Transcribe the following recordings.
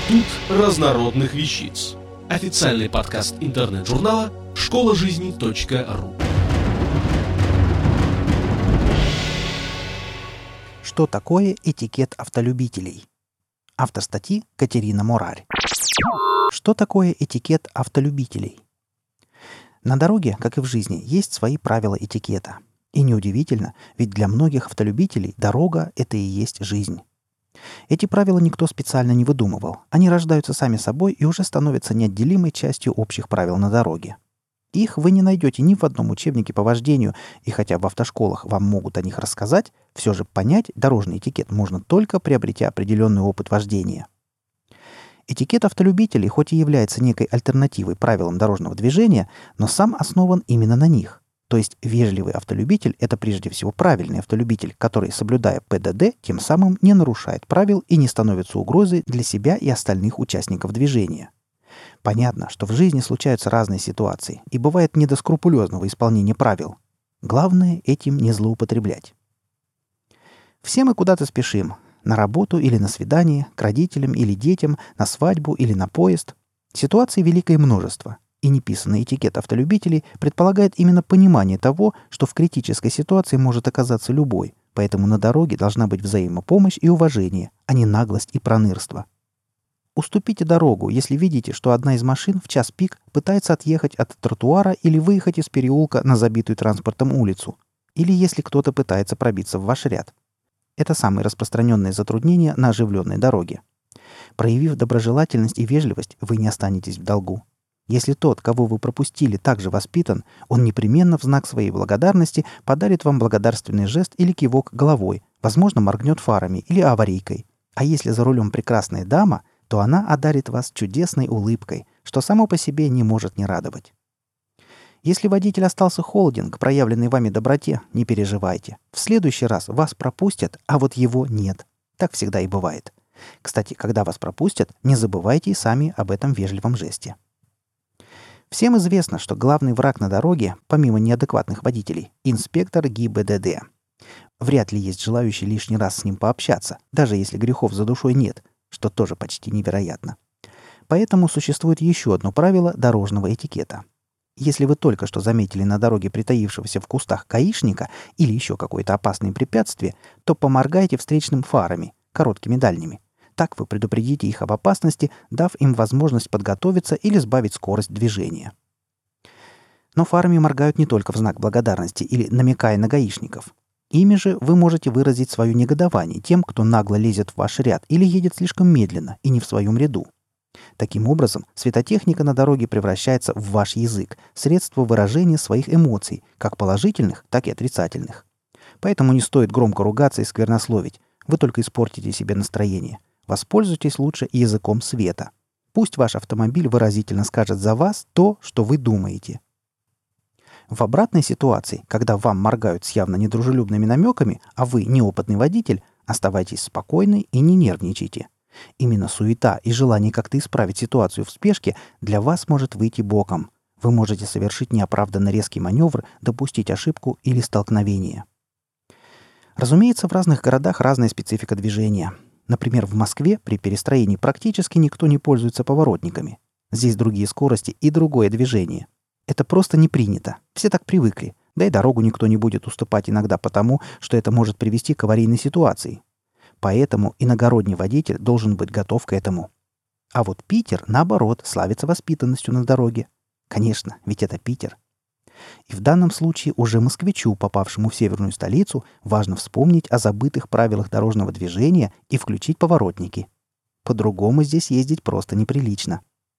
Институт разнородных вещиц. Официальный подкаст интернет-журнала школажизни.ру. Что такое этикет автолюбителей? Автор статьи Катерина Морарь. Что такое этикет автолюбителей? На дороге, как и в жизни, есть свои правила этикета. И неудивительно, ведь для многих автолюбителей дорога – это и есть жизнь. Эти правила никто специально не выдумывал. Они рождаются сами собой и уже становятся неотделимой частью общих правил на дороге. Их вы не найдете ни в одном учебнике по вождению, и хотя в автошколах вам могут о них рассказать, все же понять дорожный этикет можно только приобретя определенный опыт вождения. Этикет автолюбителей хоть и является некой альтернативой правилам дорожного движения, но сам основан именно на них. То есть вежливый автолюбитель – это прежде всего правильный автолюбитель, который, соблюдая ПДД, тем самым не нарушает правил и не становится угрозой для себя и остальных участников движения. Понятно, что в жизни случаются разные ситуации, и бывает не до скрупулезного исполнения правил. Главное – этим не злоупотреблять. Все мы куда-то спешим. На работу или на свидание, к родителям или детям, на свадьбу или на поезд. Ситуаций великое множество. И неписанный этикет автолюбителей предполагает именно понимание того, что в критической ситуации может оказаться любой, поэтому на дороге должна быть взаимопомощь и уважение, а не наглость и пронырство. Уступите дорогу, если видите, что одна из машин в час пик пытается отъехать от тротуара или выехать из переулка на забитую транспортом улицу, или если кто-то пытается пробиться в ваш ряд. Это самые распространенные затруднения на оживленной дороге. Проявив доброжелательность и вежливость, вы не останетесь в долгу. Если тот, кого вы пропустили, также воспитан, он непременно в знак своей благодарности подарит вам благодарственный жест или кивок головой, возможно, моргнет фарами или аварийкой. А если за рулем прекрасная дама, то она одарит вас чудесной улыбкой, что само по себе не может не радовать. Если водитель остался холоден к проявленной вами доброте, не переживайте. В следующий раз вас пропустят, а вот его нет. Так всегда и бывает. Кстати, когда вас пропустят, не забывайте и сами об этом вежливом жесте. Всем известно, что главный враг на дороге, помимо неадекватных водителей, инспектор ГИБДД. Вряд ли есть желающий лишний раз с ним пообщаться, даже если грехов за душой нет, что тоже почти невероятно. Поэтому существует еще одно правило дорожного этикета. Если вы только что заметили на дороге притаившегося в кустах гаишника или еще какое-то опасное препятствие, то поморгайте встречным фарами, короткими дальними. Так вы предупредите их об опасности, дав им возможность подготовиться или сбавить скорость движения. Но фарами моргают не только в знак благодарности или намекая на гаишников. Ими же вы можете выразить свое негодование тем, кто нагло лезет в ваш ряд или едет слишком медленно и не в своем ряду. Таким образом, светотехника на дороге превращается в ваш язык, средство выражения своих эмоций, как положительных, так и отрицательных. Поэтому не стоит громко ругаться и сквернословить, вы только испортите себе настроение. Воспользуйтесь лучше языком света. Пусть ваш автомобиль выразительно скажет за вас то, что вы думаете. В обратной ситуации, когда вам моргают с явно недружелюбными намеками, а вы неопытный водитель, оставайтесь спокойны и не нервничайте. Именно суета и желание как-то исправить ситуацию в спешке для вас может выйти боком. Вы можете совершить неоправданно резкий маневр, допустить ошибку или столкновение. Разумеется, в разных городах разная специфика движения. Например, в Москве при перестроении практически никто не пользуется поворотниками. Здесь другие скорости и другое движение. Это просто не принято. Все так привыкли. Да и дорогу никто не будет уступать иногда потому, что это может привести к аварийной ситуации. Поэтому иногородний водитель должен быть готов к этому. А вот Питер, наоборот, славится воспитанностью на дороге. Конечно, ведь это Питер. И в данном случае уже москвичу, попавшему в северную столицу, важно вспомнить о забытых правилах дорожного движения и включить поворотники. По-другому здесь ездить просто неприлично.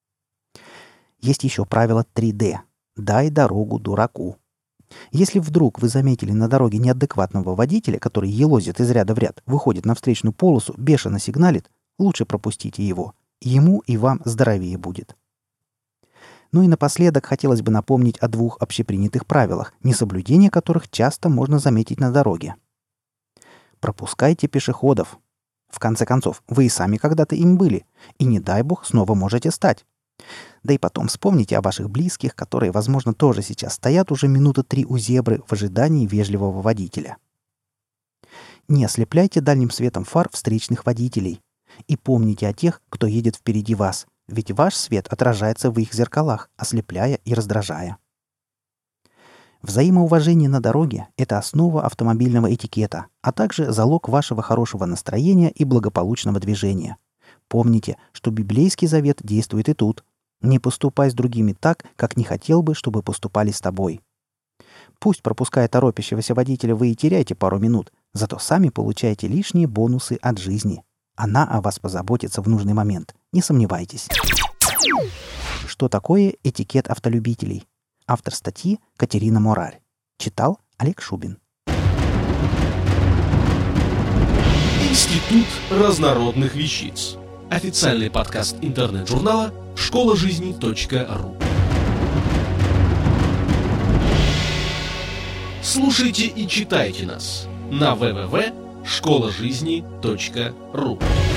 Есть еще правило 3D. Дай дорогу дураку. Если вдруг вы заметили на дороге неадекватного водителя, который елозит из ряда в ряд, выходит на встречную полосу, бешено сигналит, лучше пропустите его. Ему и вам здоровее будет. Ну и напоследок хотелось бы напомнить о двух общепринятых правилах, несоблюдение которых часто можно заметить на дороге. Пропускайте пешеходов. В конце концов, вы и сами когда-то им были, и не дай бог снова можете стать. Да и потом вспомните о ваших близких, которые, возможно, тоже сейчас стоят уже минуты 3 у зебры в ожидании вежливого водителя. Не ослепляйте дальним светом фар встречных водителей. И помните о тех, кто едет впереди вас, ведь ваш свет отражается в их зеркалах, ослепляя и раздражая. Взаимоуважение на дороге – это основа автомобильного этикета, а также залог вашего хорошего настроения и благополучного движения. Помните, что библейский завет действует и тут. Не поступай с другими так, как не хотел бы, чтобы поступали с тобой. Пусть, пропуская торопящегося водителя, вы и теряете пару минут, зато сами получаете лишние бонусы от жизни. Она о вас позаботится в нужный момент, не сомневайтесь. Что такое этикет автолюбителей? Автор статьи Катерина Морарь. Читал Олег Шубин. Институт разнородных вещиц. Официальный подкаст интернет-журнала школажизни.ру. Слушайте и читайте нас на www.школажизни.ру.